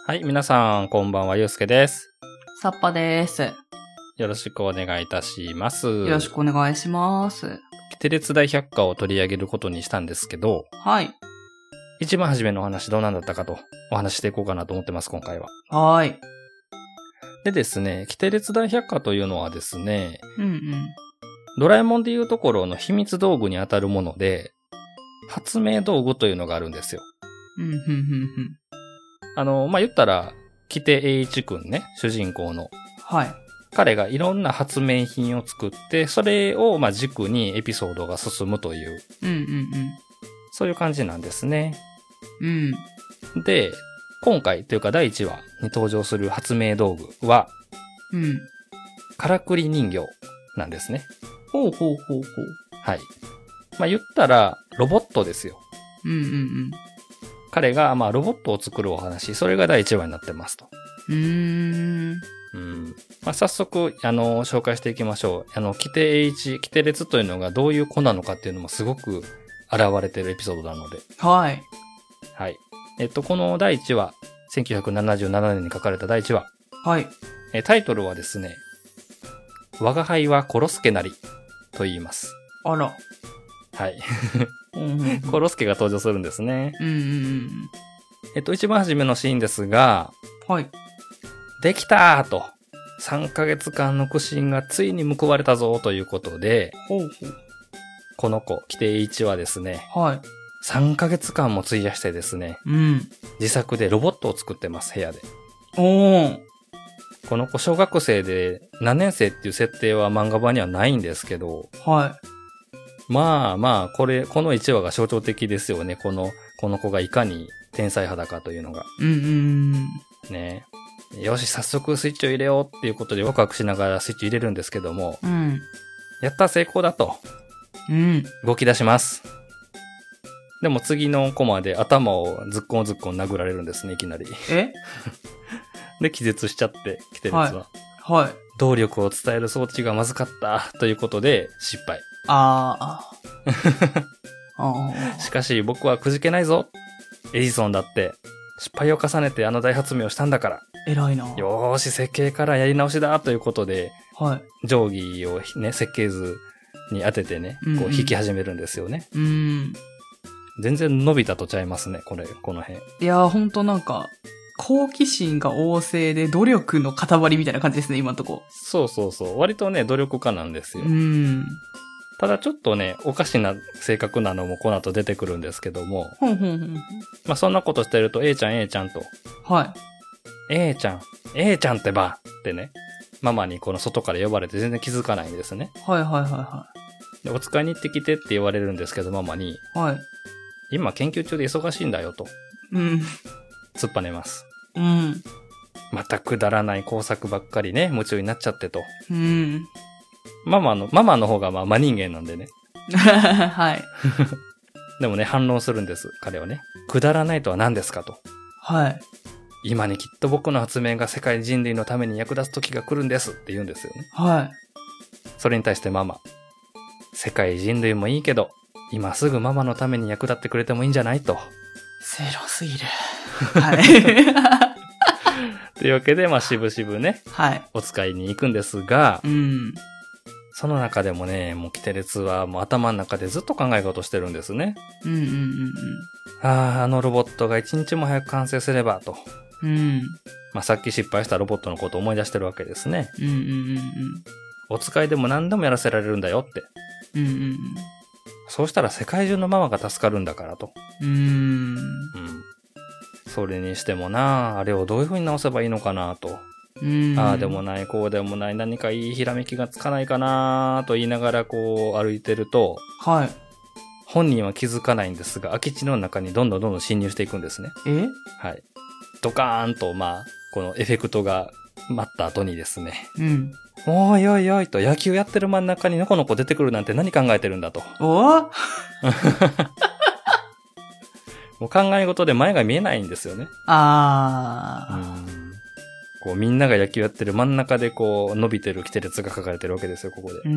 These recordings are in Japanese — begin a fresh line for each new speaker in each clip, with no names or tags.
はい、皆さん、こんばんは、ゆうすけです。
さっぱです。
よろしくお願いいたします。
よろしくお願いします。
キテレツ大百科を取り上げることにしたんですけど、
はい。
一番初めのお話どうなんだったかとお話していこうかなと思ってます、今回は。
はい。
でですね、キテレツ大百科というのはですね、
うん
ドラえもんでいうところの秘密道具にあたるもので、発明道具というのがあるんですよ。言ったら、キテ栄一くんね、主人公の。
はい。
彼がいろんな発明品を作って、それを軸にエピソードが進むという、そういう感じなんですね。で、今回というか第1話に登場する発明道具は、からくり人形なんですね。
ほう。
はい。言ったら、ロボットですよ。彼が、ロボットを作るお話、それが第1話になってますと。早速、紹介していきましょう。キテレツというのがどういう子なのかっていうのもすごく現れてるエピソードなので。
はい。
はい。この第1話、1977年に書かれた第1話。
はい。
タイトルはですね、我が輩はコロスケなりと言います。
あら。
はい。コロスケが登場するんですね。一番初めのシーンですが、
はい。
できたーと。3ヶ月間の苦心がついに報われたぞということで、この子、キテイチはですね、
はい。
3ヶ月間も費やしてですね、自作でロボットを作ってます、部屋で。この子、小学生で何年生っていう設定は漫画版にはないんですけど、
はい。
この1話が象徴的ですよね。この子がいかに天才派だかというのが。ね。よし、早速スイッチを入れようっていうことでワクワクしながらスイッチ入れるんですけども、やった成功だと。動き出します。でも次のコマで頭をズッコン殴られるんですね、いきなり。で、気絶しちゃって、キテレツは。
はい。
動力を伝える装置がまずかったということで失敗。しかし僕はくじけないぞ。エジソンだって失敗を重ねてあの大発明をしたんだから。
偉いな。
よーし、設計からやり直しだということで、
はい。
定規をね、設計図に当ててね、こう引き始めるんですよね。全然伸びたとちゃいますね、この辺。
いやー、ほんとなんか、好奇心が旺盛で努力の塊みたいな感じですね、今んとこ。
そう。割とね、努力家なんですよ。ただちょっとね、おかしな性格なのもこの後出てくるんですけども。そんなことしてると、A ちゃんと。
はい。
A ちゃんってばってね、ママにこの外から呼ばれて全然気づかないんですね。で、お使いに行ってきてって言われるんですけど、ママに。
はい。
今研究中で忙しいんだよと。突っぱねます。またくだらない工作ばっかりね、夢中になっちゃってと。ママの方が真人間なんでね。
はい。
でもね、反論するんです、彼はね。くだらないとは何ですかと。
はい。
今にきっと僕の発明が世界人類のために役立つ時が来るんですって言うんですよね。
はい。
それに対してママ。世界人類もいいけど、今すぐママのために役立ってくれてもいいんじゃないと。
セロすぎる。はい。
というわけで、渋々ね、
はい。
お使いに行くんですが、その中でもね、もうキテレツはもう頭の中でずっと考え事してるんですね。あのロボットが一日も早く完成すればと。さっき失敗したロボットのことを思い出してるわけですね。お使いでも何でもやらせられるんだよって。そうしたら世界中のママが助かるんだからと。それにしてもな、あれをどういう風に直せばいいのかなと。ああでもない、こうでもない、何かいいひらめきがつかないかなと言いながらこう歩いてると、
はい。
本人は気づかないんですが、空き地の中にどんどん侵入していくんですね。はい。ドカーンと、このエフェクトが待った後にですね。おいおいおいと、野球やってる真ん中にのこのこ出てくるなんて何考えてるんだと。もう考え事で前が見えないんですよね。こうみんなが野球やってる真ん中でこう伸びてるキテレツが書かれてるわけですよ、ここで。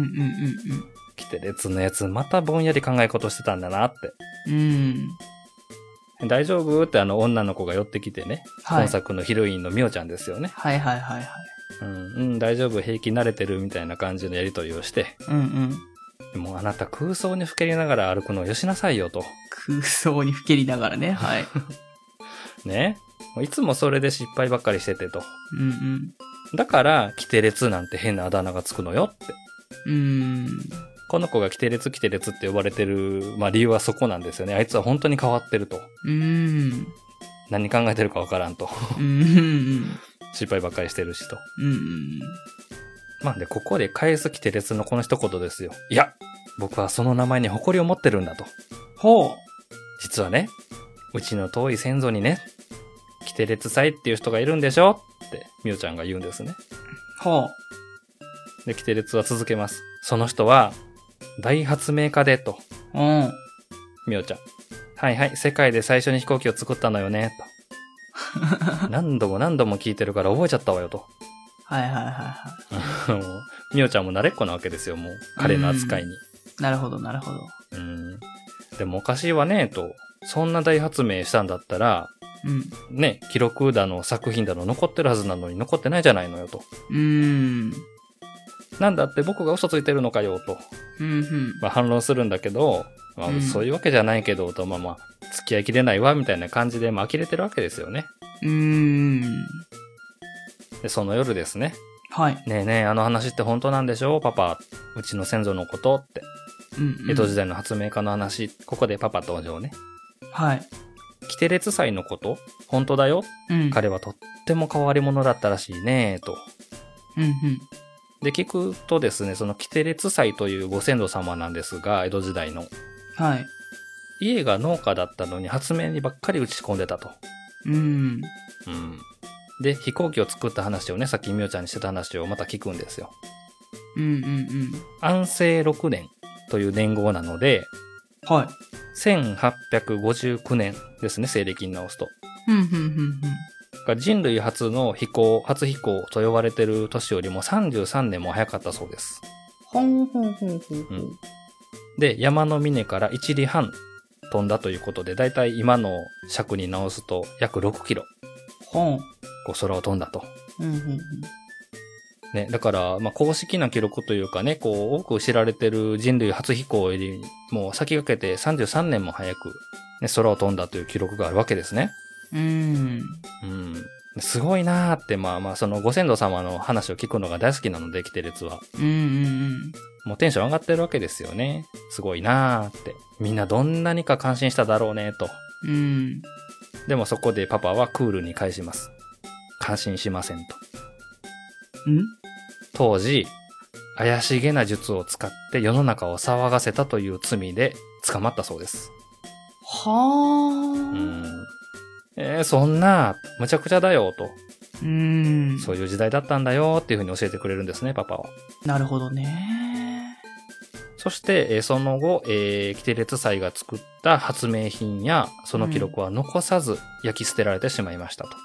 キテレツのやつまたぼんやり考え事してたんだなって。 大丈夫って女の子が寄ってきてね、今作のヒロインのみおちゃんですよね。
はいはいはいはい。
大丈夫、平気慣れてるみたいな感じのやりとりをして、でもあなた空想にふけりながら歩くのをよしなさいよと。
空想にふけりながらね、はい。
ね。いつもそれで失敗ばっかりしててと。だから、キテレツなんて変なあだ名がつくのよって。この子がキテレツって呼ばれてる、理由はそこなんですよね。あいつは本当に変わってると。何考えてるかわからんと。失敗ばっかりしてるしと。で、ここで返すキテレツのこの一言ですよ。いや、僕はその名前に誇りを持ってるんだと。実はね、うちの遠い先祖にね、キテレツ祭っていう人がいるんでしょって、みおちゃんが言うんですね。で、キテレツは続けます。その人は、大発明家で、と。みおちゃん。はいはい、世界で最初に飛行機を作ったのよね、と。何度も聞いてるから覚えちゃったわよ、と。みおちゃんも慣れっこなわけですよ、もう。彼の扱いに。
なるほど、なるほど。
でもおかしいわね、と。そんな大発明したんだったら、ね、記録だの作品だの残ってるはずなのに残ってないじゃないのよと。なんだって僕が嘘ついてるのかよと。反論するんだけど、そういうわけじゃないけどと、付き合いきれないわみたいな感じで呆れてるわけですよね。で、その夜ですね。ねえねえ、あの話って本当なんでしょパパ。うちの先祖のことって。江戸時代の発明家の話、ここでパパ登場ね。キテレツ祭のこと本当だよ、彼はとっても変わり者だったらしいねと。で、聞くとですね、そのキテレツ祭というご先祖様なんですが、江戸時代の。家が農家だったのに発明にばっかり打ち込んでたと。で、飛行機を作った話をね、さっきみおちゃんにしてた話をまた聞くんですよ。安政6年という年号なので、1859年ですね、西暦に直すと。人類初の初飛行と呼ばれてる年よりも33年も早かったそうです。で、山の峰から1里半飛んだということで、だいたい今の尺に直すと約6キロ。空を飛んだと。ね、だから、公式な記録というかね、多く知られてる人類初飛行よりも先駆けて33年も早く、ね、空を飛んだという記録があるわけですね。すごいなーって、そのご先祖様の話を聞くのが大好きなので、キテレツは。もうテンション上がってるわけですよね。すごいなーって。みんなどんなにか感心しただろうね、と。でもそこでパパはクールに返します。感心しませんと。当時、怪しげな術を使って世の中を騒がせたという罪で捕まったそうです。そんな、むちゃくちゃだよ、と。そういう時代だったんだよ、っていうふうに教えてくれるんですね、パパは。
なるほどね。
そして、その後、キテレツ祭が作った発明品や、その記録は残さず焼き捨てられてしまいましたと。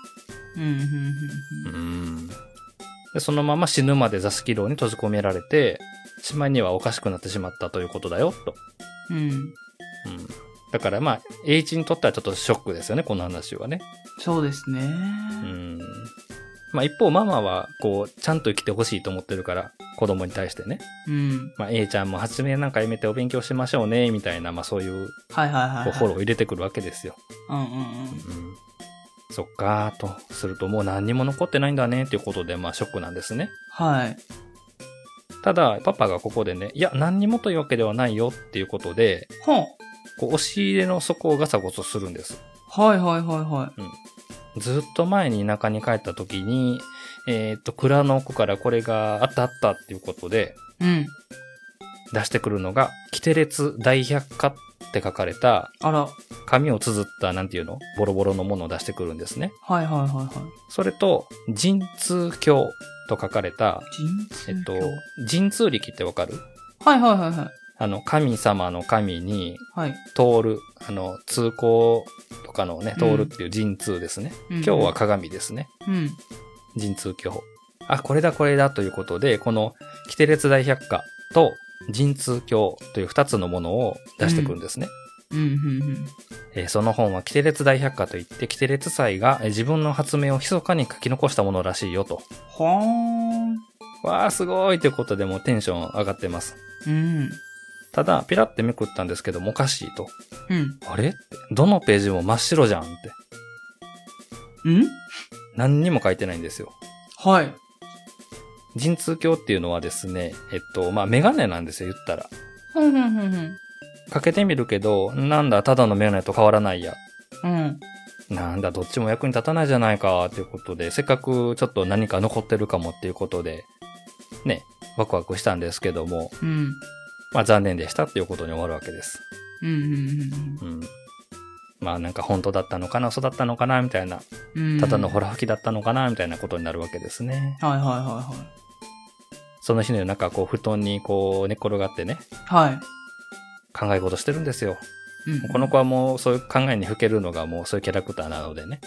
でそのまま死ぬまで座敷牢に閉じ込められて、しまいにはおかしくなってしまったということだよ、と。だから栄一にとってはちょっとショックですよね、この話はね。
そうですね。
一方ママは、ちゃんと生きてほしいと思ってるから、子供に対してね。A ちゃんも発明なんかやめてお勉強しましょうね、みたいな、そういう、フォローを入れてくるわけですよ。そっかーと、するともう何にも残ってないんだね、っていうことで、ショックなんですね。ただ、パパがここでね、いや、何にもというわけではないよ、っていうことで、押し入れの底をガサゴソするんです。ずっと前に田舎に帰った時に、蔵の奥からこれがあったっていうことで、出してくるのが、キテレツ大百科って書かれた、紙を綴ったなんていうのボロボロのものを出してくるんですね。それと、神通経と書かれた、神通力ってわかる？神様の神に、通る、通行とかのね、通るっていう神通ですね。今日は鏡ですね。神通経。これだということで、この、キテレツ大百科と神通経という二つのものを出してくるんですね。 その本はキテレツ大百科といって、キテレツ祭が自分の発明を密かに書き残したものらしいよと。
はーん。
わーすごいということでもうテンション上がってます。
うん。
ただ、ピラってめくったんですけどもおかしいと。
うん。
あれってどのページも真っ白じゃんって。何にも書いてないんですよ。
はい。
神通鏡っていうのはですね、メガネなんですよ、言ったら。かけてみるけど、なんだ、ただのメガネと変わらないや。
うん。
なんだ、どっちも役に立たないじゃないか、ということで、せっかくちょっと何か残ってるかもっていうことで、ね、ワクワクしたんですけども、
うん。
まあ残念でしたっていうことに終わるわけです。
うん。
まあなんか本当だったのかな、嘘だったのかな、みたいな。ただのホラ吹きだったのかな、みたいなことになるわけですね。
はいはいはいはい。
その日の夜中、こう布団にこう寝っ転がってね。
はい。
考え事してるんですよ。
うん、
この子はもうそういう考えにふけるのがもうそういうキャラクターなのでね。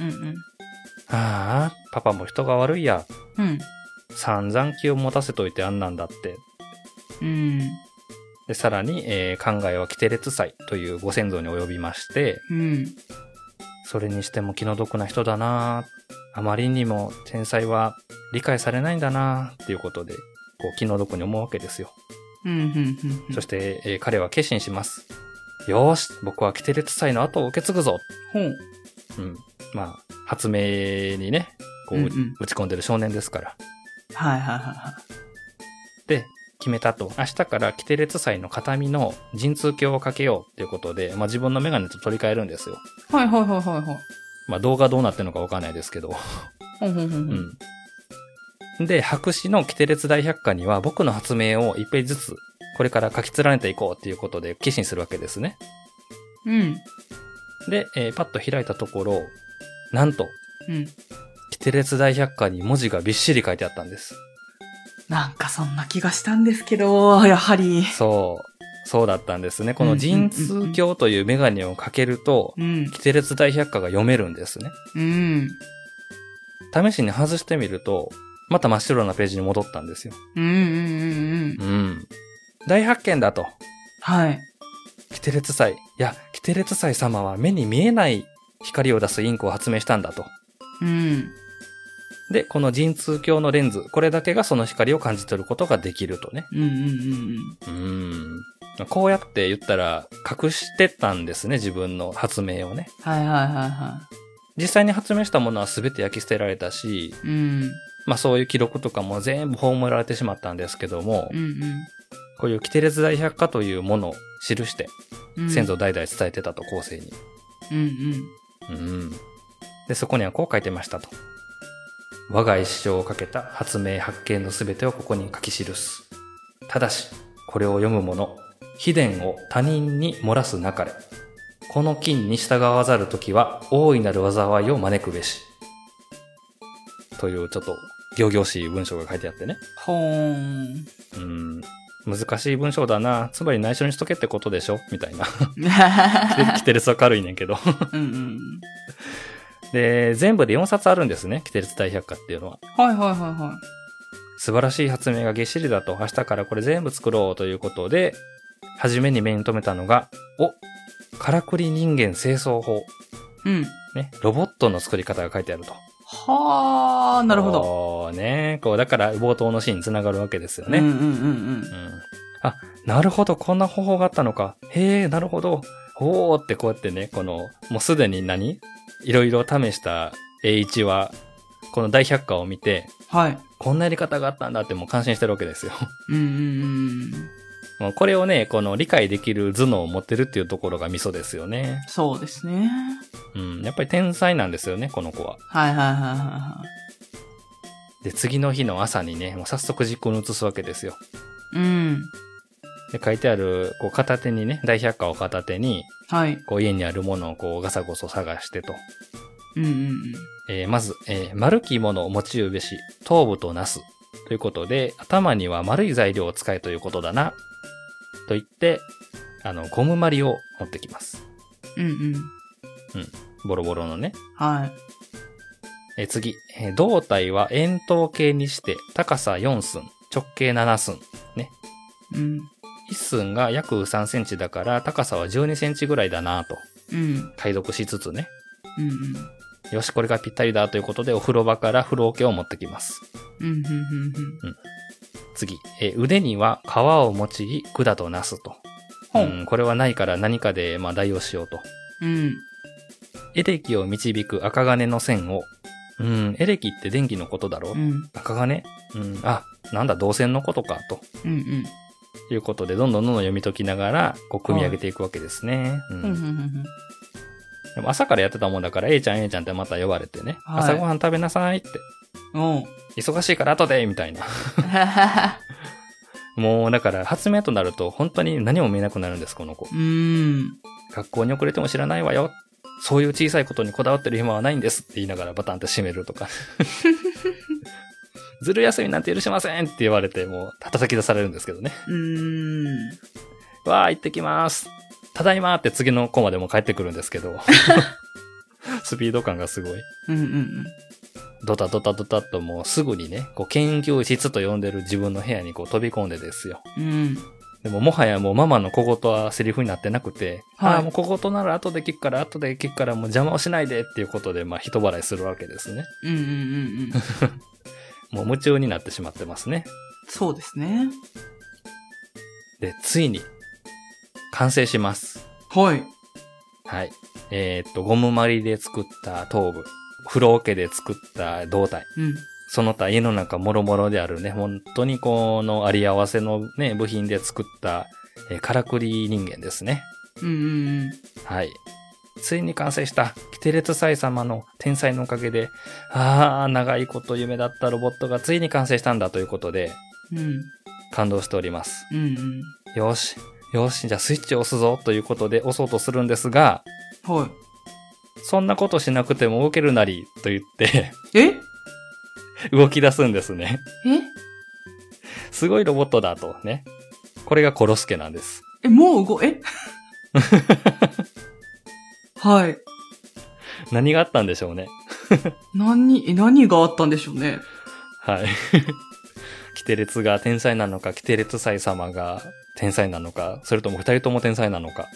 ああ、パパも人が悪いや。散々気を持たせといてあんなんだって。でさらに、考えはキテレツ祭というご先祖に及びまして、それにしても気の毒な人だな、あまりにも天才は理解されないんだなっていうことで、こう気の毒に思うわけですよ。そして、彼は決心します。よーし、僕はキテレツ祭の後を受け継ぐぞ。まあ、発明にね、こう、打ち込んでる少年ですから。で、決めたと。明日からキテレツ祭の形見の神通鏡をかけようっていうことで、まあ自分のメガネと取り替えるんですよ。まあ動画どうなってるのかわかんないですけど。で、白紙のキテレツ大百科には僕の発明を1ページずつこれから書き連ねていこうっていうことで決心するわけですね。で、パッと開いたところ、なんと、キテレツ大百科に文字がびっしり書いてあったんです。
なんかそんな気がしたんですけど、やはり。
そうだったんですね。この神通鏡というメガネをかけると、キテレツ大百科が読めるんですね。試しに外してみると、また真っ白なページに戻ったんですよ。大発見だと。
はい。
キテレツ祭。いや、キテレツ祭様は目に見えない光を出すインクを発明したんだと。で、この神通鏡のレンズ、これだけがその光を感じ取ることができるとね。こうやって言ったら隠してたんですね、自分の発明をね。実際に発明したものは全て焼き捨てられたし、まあそういう記録とかも全部葬られてしまったんですけども、こういうキテレツ大百科というものを記して、先祖代々伝えてたと、後世に。で、そこにはこう書いてましたと。我が一生をかけた発明発見のすべてをここに書き記す。ただし、これを読む者、秘伝を他人に漏らすなかれ。この禁に従わざるときは、大いなる災いを招くべし。というちょっと、仰々しい文章が書いてあってね。難しい文章だな。つまり内緒にしとけってことでしょみたいな。キテレツは軽いねんけど。で、全部で4冊あるんですね。キテレツ大百科っていうのは。素晴らしい発明がぎっしりだと。明日からこれ全部作ろうということで、初めに目に留めたのが、からくり人間清掃法。ね。ロボットの作り方が書いてあると。
なるほど。
ね。だから冒頭のシーンにつながるわけですよね。あ、なるほど、こんな方法があったのか。へえ、なるほど。ってこうやってね、もうすでにいろいろ試した栄一は、この大百科を見て、こんなやり方があったんだってもう感心してるわけですよ。もうこれをね、理解できる頭脳を持ってるっていうところがミソですよね。
そうですね。
やっぱり天才なんですよね、この子は。で、次の日の朝にね、もう早速実行に移すわけですよ。で、書いてある、片手にね、大百科を片手に、家にあるものをガサゴソ探してと。まず、丸きものを持ちうべし、頭部となす。ということで、頭には丸い材料を使えということだな。と言って、ゴムまりを持ってきます。ボロボロのね。次、胴体は円筒形にして、高さ4寸、直径7寸。ね。1寸が約3センチだから、高さは12センチぐらいだなと。
うん。
解読しつつね。
うんうん。
よし、これがぴったりだということで、お風呂場から風呂桶を持ってきます。
うんうんうんうん。
次、腕には皮を用い、管となすと。これはないから何かで、代用しようと。
うん。
エレキを導く赤金の線を、エレキって電気のことだろう、赤金なんだ、導線のことか、と。いうことで、どんどん読み解きながら、組み上げていくわけですね。でも朝からやってたもんだから、A ちゃんってまた呼ばれてね。はい、朝ごはん食べなさいって。忙しいから後でみたいな。もう、だから、発明となると、本当に何も見えなくなるんです、この子。学校に遅れても知らないわよ。そういう小さいことにこだわってる暇はないんですって言いながらバタンって閉めるとか。ずる休みなんて許しませんって言われて、もう叩き出されるんですけどね。わー、行ってきます。ただいまって次のコマでも帰ってくるんですけど。スピード感がすごい。ドタドタドタっともうすぐにね、研究室と呼んでる自分の部屋に飛び込んでですよ。でももはやもうママの小言はセリフになってなくて、もう小言なら後で聞くからもう邪魔をしないでっていうことで、人払いするわけですね。もう夢中になってしまってますね。
そうですね。
で、ついに、完成します。
はい。
はい。ゴムまりで作った頭部、風呂桶で作った胴体。その他家の中もろもろであるね、本当にこのあり合わせのね、部品で作った、からくり人間ですね。はい。ついに完成した。キテレツ祭様の天才のおかげで、長いこと夢だったロボットがついに完成したんだということで、感動しております。よし、じゃあスイッチを押すぞということで押そうとするんですが、
はい。
そんなことしなくても動けるなりと言って、動き出すんですね。すごいロボットだとね。これがコロスケなんです。
はい。
何があったんでしょうね。
何があったんでしょうね。
はい。キテレツが天才なのか、キテレツ祭様が天才なのか、それとも二人とも天才なのか。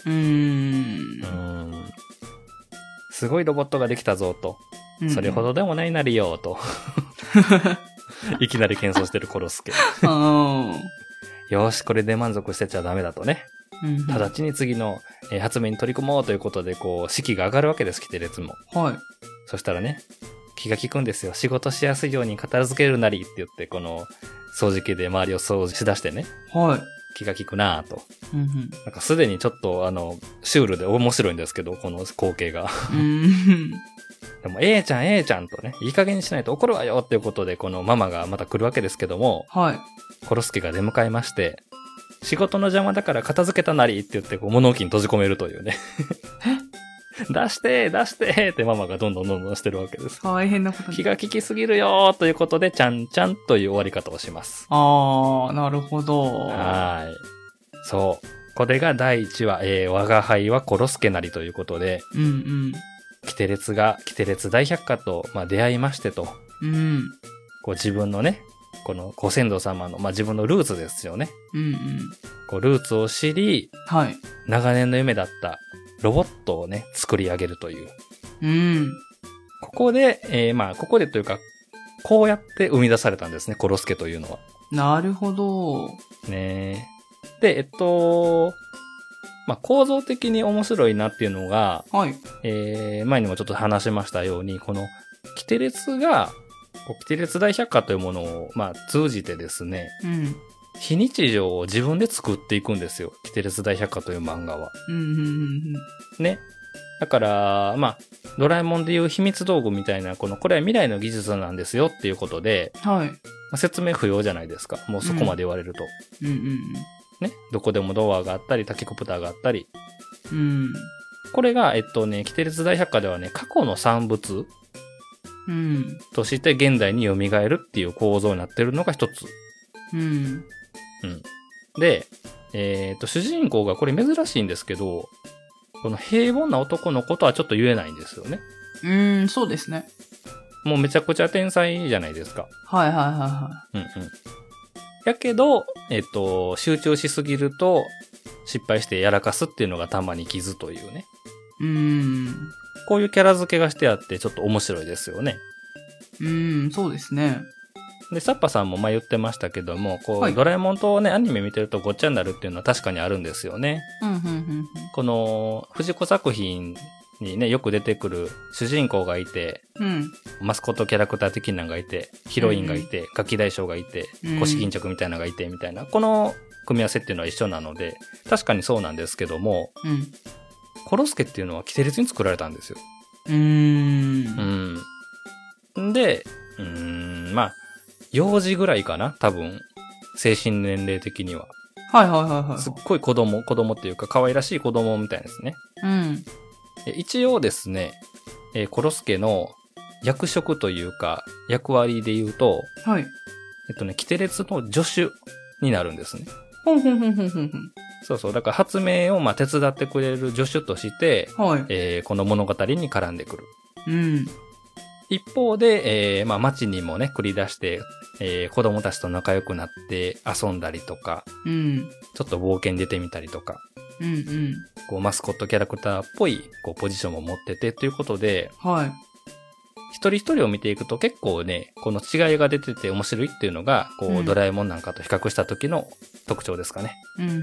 すごいロボットができたぞと。それほどでもないなりよと。いきなり謙遜してるコロスケ。よし、これで満足してちゃダメだとね。直ちに次の、発明に取り組もうということで、士気が上がるわけです、キテレツも。
はい。
そしたらね、気が利くんですよ。仕事しやすいように片付けるなりって言って、この掃除機で周りを掃除しだしてね。
はい。
気が利くなぁと。なんかすでにちょっとシュールで面白いんですけど、この光景が。でも、A ちゃんとね、いい加減にしないと怒るわよっていうことで、このママがまた来るわけですけども、
はい。
コロスケが出迎えまして、仕事の邪魔だから片付けたなりって言って物置に閉じ込めるというね。出してってママがどんどんしてるわけです。
大変なこと
気が利きすぎるよということで、ちゃんという終わり方をします。
なるほど。
はい。そう。これが第1話、我が輩はコロスケなりということで、キテレツ大百科と、出会いましてと。自分のね、このご先祖様の、自分のルーツですよね。ルーツを知り、長年の夢だったロボットをね、作り上げるという。ここで、ここでというか、こうやって生み出されたんですね、コロスケというのは。
なるほど。
ねで、構造的に面白いなっていうのが、前にもちょっと話しましたように、この、キテレツ大百科というものを、通じてですね、非日常を自分で作っていくんですよ。キテレツ大百科という漫画は。ね。だから、ドラえもんでいう秘密道具みたいな、これは未来の技術なんですよっていうことで、説明不要じゃないですか。もうそこまで言われると。ね。どこでもドアがあったり、タケコプターがあったり。これが、キテレツ大百科ではね、過去の産物として現代に蘇るっていう構造になってるのが一つ。で、主人公がこれ珍しいんですけど、この平凡な男の子とはちょっと言えないんですよね。
そうですね。
もうめちゃくちゃ天才じゃないですか。やけど、集中しすぎると失敗してやらかすっていうのがたまに傷というね。 こういうキャラ付けがしてあってちょっと面白いですよね。
そうですね。
で、サッパさんも言ってましたけども、
はい
ドラえもんとね、アニメ見てるとごっちゃになるっていうのは確かにあるんですよね。この、藤子作品にね、よく出てくる主人公がいて、マスコットキャラクター的なのがいて、ヒロインがいて、ガキ大将がいて、腰巾着みたいなのがいて、みたいな、この組み合わせっていうのは一緒なので、確かにそうなんですけども、コロスケっていうのはキテレツに作られたんですよ。で、幼児ぐらいかな多分。精神年齢的には。すっごい子供っていうか可愛らしい子供みたいですね。一応ですね、コロスケの役職というか役割で言うと、キテレツの助手になるんですね。そうそう。だから発明を手伝ってくれる助手として、この物語に絡んでくる。一方で、街にもね、繰り出して、子供たちと仲良くなって遊んだりとか、ちょっと冒険出てみたりとか、こうマスコットキャラクターっぽいこうポジションも持っててということで、一人一人を見ていくと結構ね、この違いが出てて面白いっていうのが、こう、ドラえもんなんかと比較した時の特徴ですかね。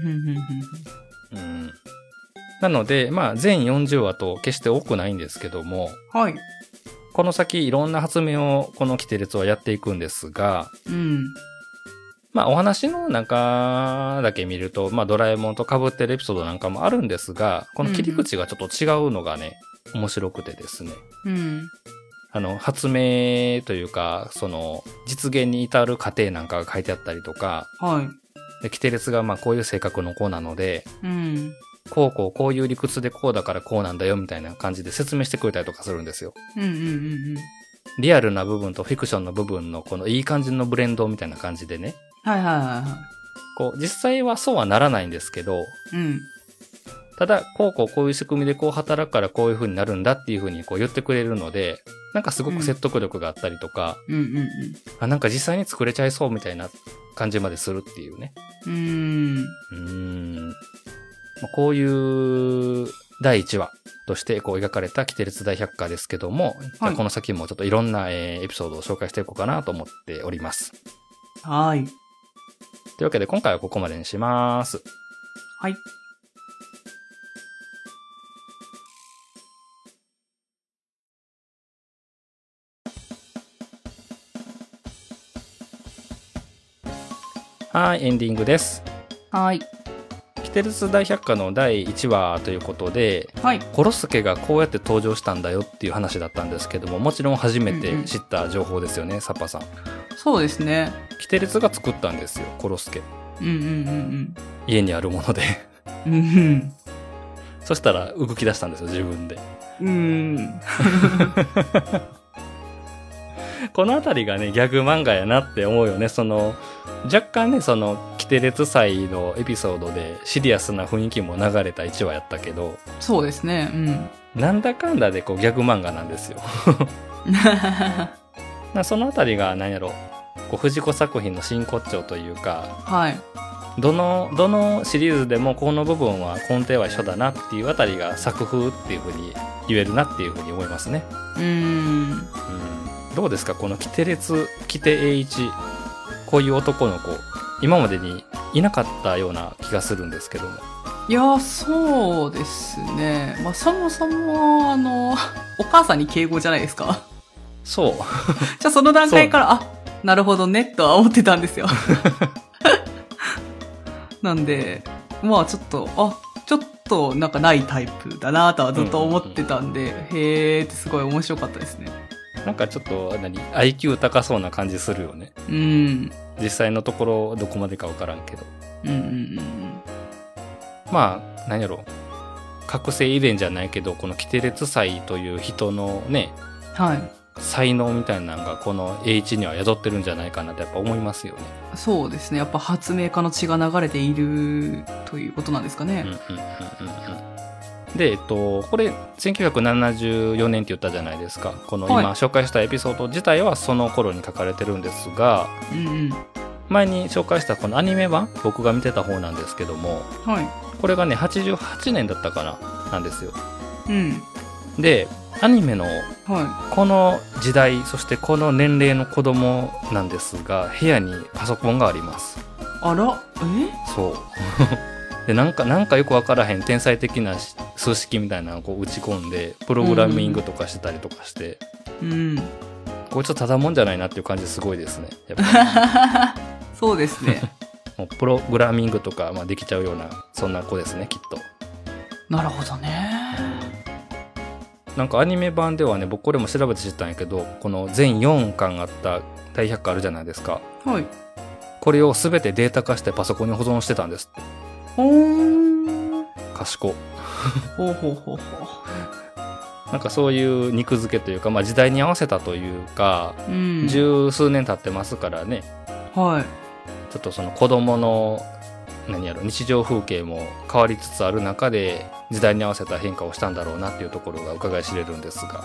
なので、全40話と決して多くないんですけども、この先いろんな発明をこのキテレツはやっていくんですが、お話の中だけ見ると、ドラえもんと被ってるエピソードなんかもあるんですが、この切り口がちょっと違うのがね、面白くてですね。発明というか、その、実現に至る過程なんかが書いてあったりとか、でキテレツがこういう性格の子なので、こういう理屈でこうだからこうなんだよみたいな感じで説明してくれたりとかするんですよ。リアルな部分とフィクションの部分のこのいい感じのブレンドみたいな感じでね。こう、実際はそうはならないんですけど、ただ、こういう仕組みでこう働くからこういう風になるんだっていう風にこう言ってくれるので、なんかすごく説得力があったりとか、なんか実際に作れちゃいそうみたいな感じまでするっていうね。こういう第1話としてこう描かれたキテレツ大百科ですけども、この先もちょっといろんなエピソードを紹介していこうかなと思っております。というわけで今回はここまでにします。エンディングです。キテレツ大百科の第1話ということで、コロスケがこうやって登場したんだよっていう話だったんですけども、もちろん初めて知った情報ですよね、サッパさん。
そうですね。
キテレツが作ったんですよ、コロスケ。家にあるもので。そしたら動き出したんですよ、自分で。このあたりがね、ギャグ漫画やなって思うよね。その、若干ね、その、キテレツ祭のエピソードでシリアスな雰囲気も流れた1話やったけど、
そうですね。
なんだかんだでこうギャグ漫画なんですよ。そのあたりが何やろ、こう藤子作品の真骨頂というか、どのシリーズでもこの部分は根底は一緒だなっていうあたりが作風っていう風に言えるなっていう風に思いますね。どうですかこのキテレツ、キテ栄一、こういう男の子、今までにいなかったような気がするんですけども。
いや、そうですね。そもそも、お母さんに敬語じゃないですか。
そう。
じゃあその段階から、なるほどね、とは思ってたんですよ。なんで、ちょっとなんかないタイプだなとはずっと思ってたんで、へーってすごい面白かったですね。
なんかちょっと、IQ 高そうな感じするよね。実際のところどこまでかわからんけど。何やろ。覚醒遺伝じゃないけど、このキテレツ祭という人のね、才能みたいなのがこの H には宿ってるんじゃないかなってやっぱ思いますよね。そうですね。やっぱ発明家の血が流れているということなんですかね。で、これ1974年って言ったじゃないですか。この今紹介したエピソード自体はその頃に書かれてるんですが、前に紹介したこのアニメ版、僕が見てた方なんですけども、これがね、88年だったかな、なんですよ。
うん。
で、アニメの
は
この時代、そしてこの年齢の子供なんですが、部屋にパソコンがあります。
あら、
そうで、なんかよくわからへん天才的な数式みたいなのをこう打ち込んでプログラミングとかしてたりとかして、
うん。
これちょっとただもんじゃないなっていう感じすごいですね、やっぱり
そうですね。
もうプログラミングとか、まあ、できちゃうようなそんな子ですね、きっと。
なるほどね。
なんかアニメ版ではね、僕これも調べて知ったんやけど、この全4巻あった大百科あるじゃないですか。
はい。
これを全てデータ化してパソコンに保存してたんですって。
ほー。
賢。
ほうほうほうほう。
なんかそういう肉付けというか、まあ時代に合わせたというか、
うん。
十数年経ってますからね。
はい。
ちょっとその子供の日常風景も変わりつつある中で時代に合わせた変化をしたんだろうなっていうところが伺い知れるんですが、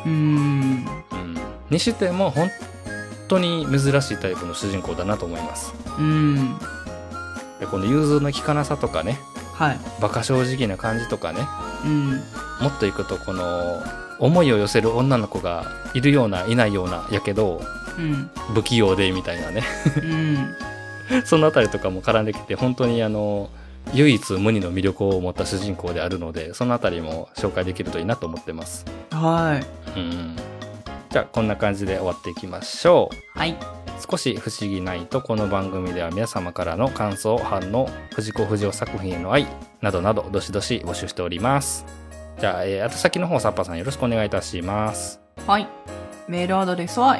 にしても本当に珍しいタイプの主人公だなと思います。でこの融通の利かなさとかね、
はい、
馬鹿正直な感じとかね、もっといくとこの思いを寄せる女の子がいるようないないようなやけど、不器用でみたいなねそのあたりとかも絡んできて、本当に唯一無二の魅力を持った主人公であるので、そのあたりも紹介できるといいなと思ってます。
はい。
じゃあこんな感じで終わっていきましょ
う。はい。
少し不思議ないと、この番組では皆様からの感想、反応、藤子不二雄作品への愛などなどどしどし募集しております。じゃあ、宛先の方、サッパさんよろしくお願いいたします。
はい。メールアドレスは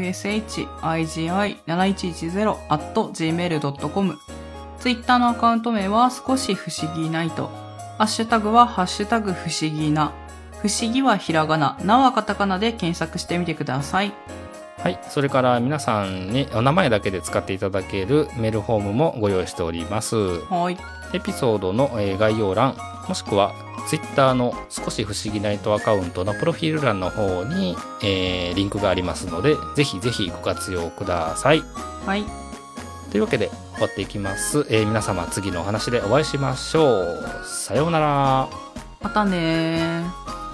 fushigi.gmail.com。ツイッターのアカウント名は少し不思議ないと。ハッシュタグはハッシュタグ不思議な。不思議はひらがな、なはカタカナで検索してみてください。
はい。それから皆さんにお名前だけで使っていただけるメールフォームもご用意しております。
はい。
エピソードの概要欄、もしくはツイッターの少し不思議ナイトアカウントのプロフィール欄の方に、リンクがありますので、ぜひぜひご活用ください。
はい。
というわけで終わっていきます。皆様次のお話でお会いしましょう。さようなら。
またねー。